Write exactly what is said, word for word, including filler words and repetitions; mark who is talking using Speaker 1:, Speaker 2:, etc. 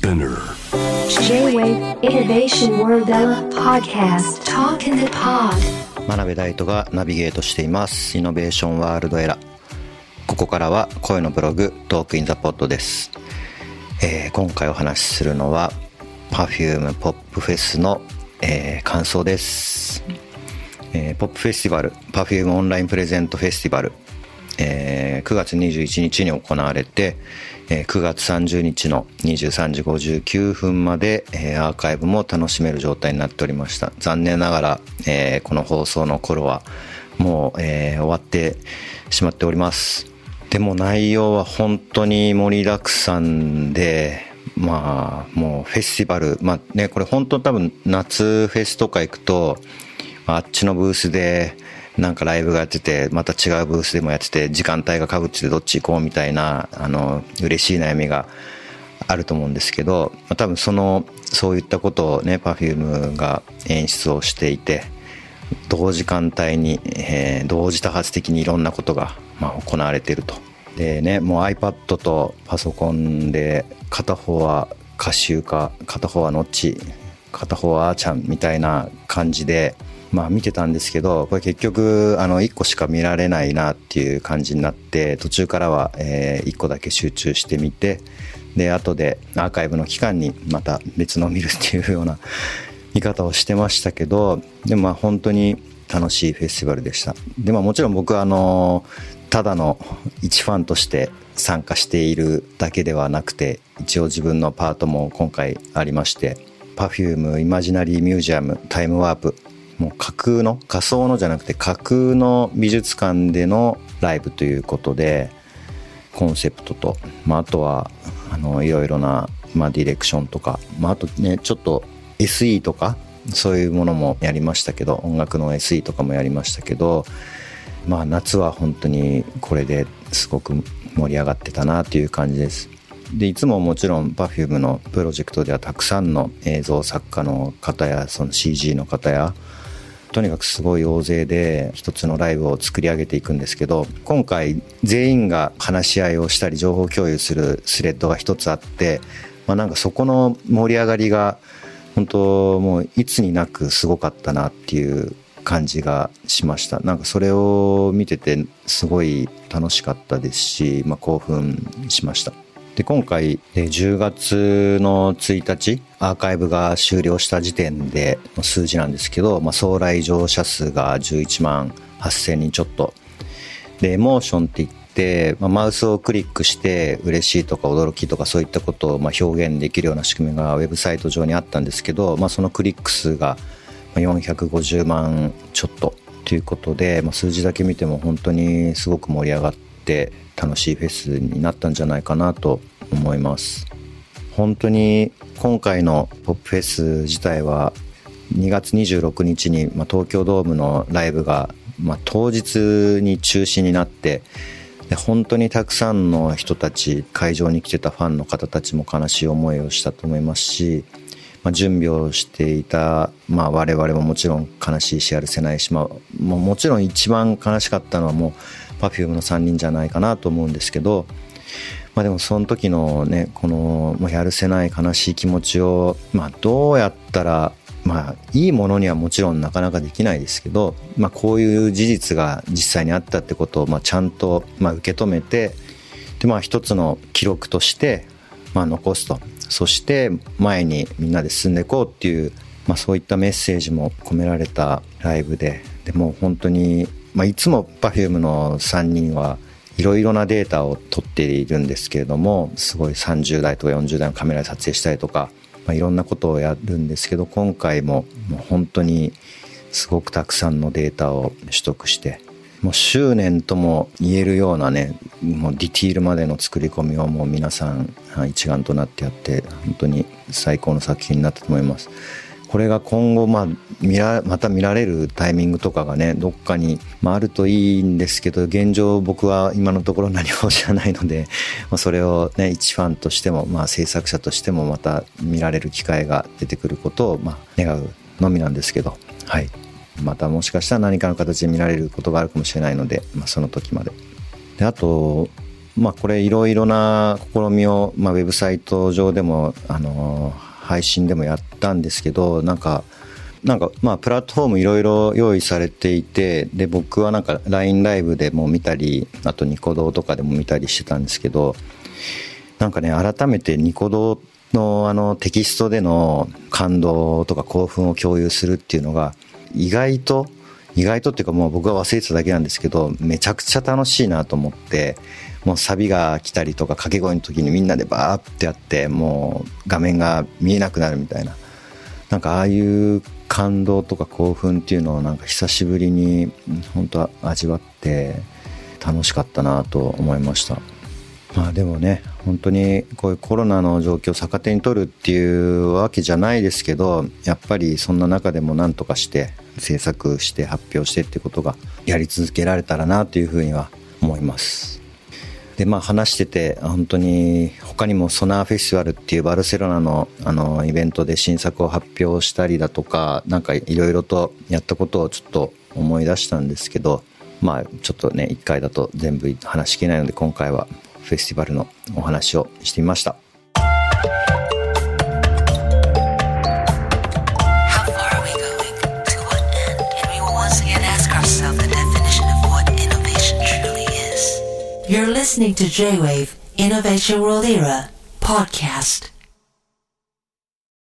Speaker 1: Spinner
Speaker 2: J-Wave Innovation World Podcast Talk in the Pod
Speaker 3: 真鍋大斗がナビゲートしていますイノベーションワールドエラ。ここからは声のブログトークインザポッドです。えー、今回お話しするのは Perfume ポップフェスの、えー、感想です。えー、ポップフェスティバル Perfume オンラインプレゼントフェスティバル、えー、くがつにじゅういちにちに行われて、えー、くがつさんじゅうにちのにじゅうさんじごじゅうきゅうふんまで、えー、アーカイブも楽しめる状態になっておりました。残念ながら、えー、この放送の頃はもう、えー、終わってしまっております。でも内容は本当に盛りだくさんで、まあもうフェスティバル、まあねこれ本当多分夏フェスとか行くとあっちのブースでなんかライブがやっててまた違うブースでもやってて時間帯が被っててどっち行こうみたいなあの嬉しい悩みがあると思うんですけど、まあ、多分そのそういったことをね Perfume が演出をしていて同時間帯に、えー、同時多発的にいろんなことが、まあ、行われていると。でねもう iPad とパソコンで片方はカシウカ片方はノッチ片方はあーちゃんみたいな感じでまあ見てたんですけど、これ結局あのいっこしか見られないなっていう感じになって途中からはえいっこだけ集中してみて、で後でアーカイブの期間にまた別のを見るっていうような見方をしてましたけど、でもまあ本当に楽しいフェスティバルでした。でまあもちろん僕はあのただの一ファンとして参加しているだけではなくて一応自分のパートも今回ありまして、 Perfume イマジナリーミュージアムタイムワープ、もう架空の仮想のじゃなくて架空の美術館でのライブということでコンセプトと、まあ、あとはあのいろいろな、まあ、ディレクションとか、まあ、あとねちょっと エスイー とかそういうものもやりましたけど、音楽の エスイー とかもやりましたけど、まあ夏は本当にこれですごく盛り上がってたなという感じです。でいつももちろん Perfume のプロジェクトではたくさんの映像作家の方やその シージー の方やとにかくすごい大勢で一つのライブを作り上げていくんですけど、今回全員が話し合いをしたり情報共有するスレッドが一つあって、まあ、なんかそこの盛り上がりが本当もういつになくすごかったなっていう感じがしました。なんかそれを見ててすごい楽しかったですし、まあ、興奮しました。で今回じゅうがつのついたちアーカイブが終了した時点での数字なんですけど、まあ、総来場者数がじゅういちまんはっせんにんちょっとで、エモーションって言って、まあ、マウスをクリックして嬉しいとか驚きとかそういったことをまあ表現できるような仕組みがウェブサイト上にあったんですけど、まあ、そのクリック数がよんひゃくごじゅうまんちょっとということで、まあ、数字だけ見ても本当にすごく盛り上がって楽しいフェスになったんじゃないかなと思います。本当に今回のポップフェス自体はにがつにじゅうろくにちに東京ドームのライブがまあ当日に中止になって、で本当にたくさんの人たち会場に来てたファンの方たちも悲しい思いをしたと思いますし、まあ、準備をしていた、まあ、我々ももちろん悲しいしやるせないし、まあ、も, もちろん一番悲しかったのはもう Perfume のさんにんじゃないかなと思うんですけど、まあ、でもその時のねこのもうやるせない悲しい気持ちを、まあ、どうやったら、まあ、いいものにはもちろんなかなかできないですけど、まあ、こういう事実が実際にあったってことを、まあ、ちゃんと、まあ、受け止めてで、まあ、一つの記録として、まあ、残すと、そして前にみんなで進んでいこうっていう、まあ、そういったメッセージも込められたライブで、でも本当に、まあ、いつも Perfume のさんにんはいろいろなデータを取っているんですけれども、すごいさんじゅうだいとかよんじゅうだいのカメラで撮影したりとか、まあ、いろんなことをやるんですけど、今回ももう本当にすごくたくさんのデータを取得してもう執念とも言えるようなねもうディティールまでの作り込みをもう皆さん一丸となってやって本当に最高の作品になったと思います。これが今後まあ見らまた見られるタイミングとかがねどっかに、まあ、あるといいんですけど、現状僕は今のところ何も知らないので、まあ、それをね一ファンとしても、まあ、制作者としてもまた見られる機会が出てくることをまあ願うのみなんですけど、はい、またもしかしたら何かの形で見られることがあるかもしれないので、まあ、その時まで。であとまあこれいろいろな試みを、まあ、ウェブサイト上でもあの配信でもやったんですけど、なんかなんかまあプラットフォームいろいろ用意されていて、で僕はなんか ライン ライブでも見たり、あとニコ動とかでも見たりしてたんですけど、なんかね改めてニコ動のあのテキストでの感動とか興奮を共有するっていうのが意外と意外とっていうかもう僕は忘れてただけなんですけど、めちゃくちゃ楽しいなと思って、もうサビが来たりとか掛け声の時にみんなでバーってやってもう画面が見えなくなるみたいな、なんかああいう感動とか興奮っていうのをなんか久しぶりに本当味わって楽しかったなと思いました。まあでもね、本当にこういうコロナの状況を逆手に取るっていうわけじゃないですけど、やっぱりそんな中でも何とかして制作して発表してっていうことがやり続けられたらなというふうには思います。でまあ話してて本当に他にもソナーフェスティバルっていうバルセロナのあのイベントで新作を発表したりだとか、なんかいろいろとやったことをちょっと思い出したんですけど、まあちょっとねいっかいだと全部話しきれないので今回はフェスティバルのお話をしてみました。
Speaker 1: You're listening to J-Wave Innovation World Era podcast.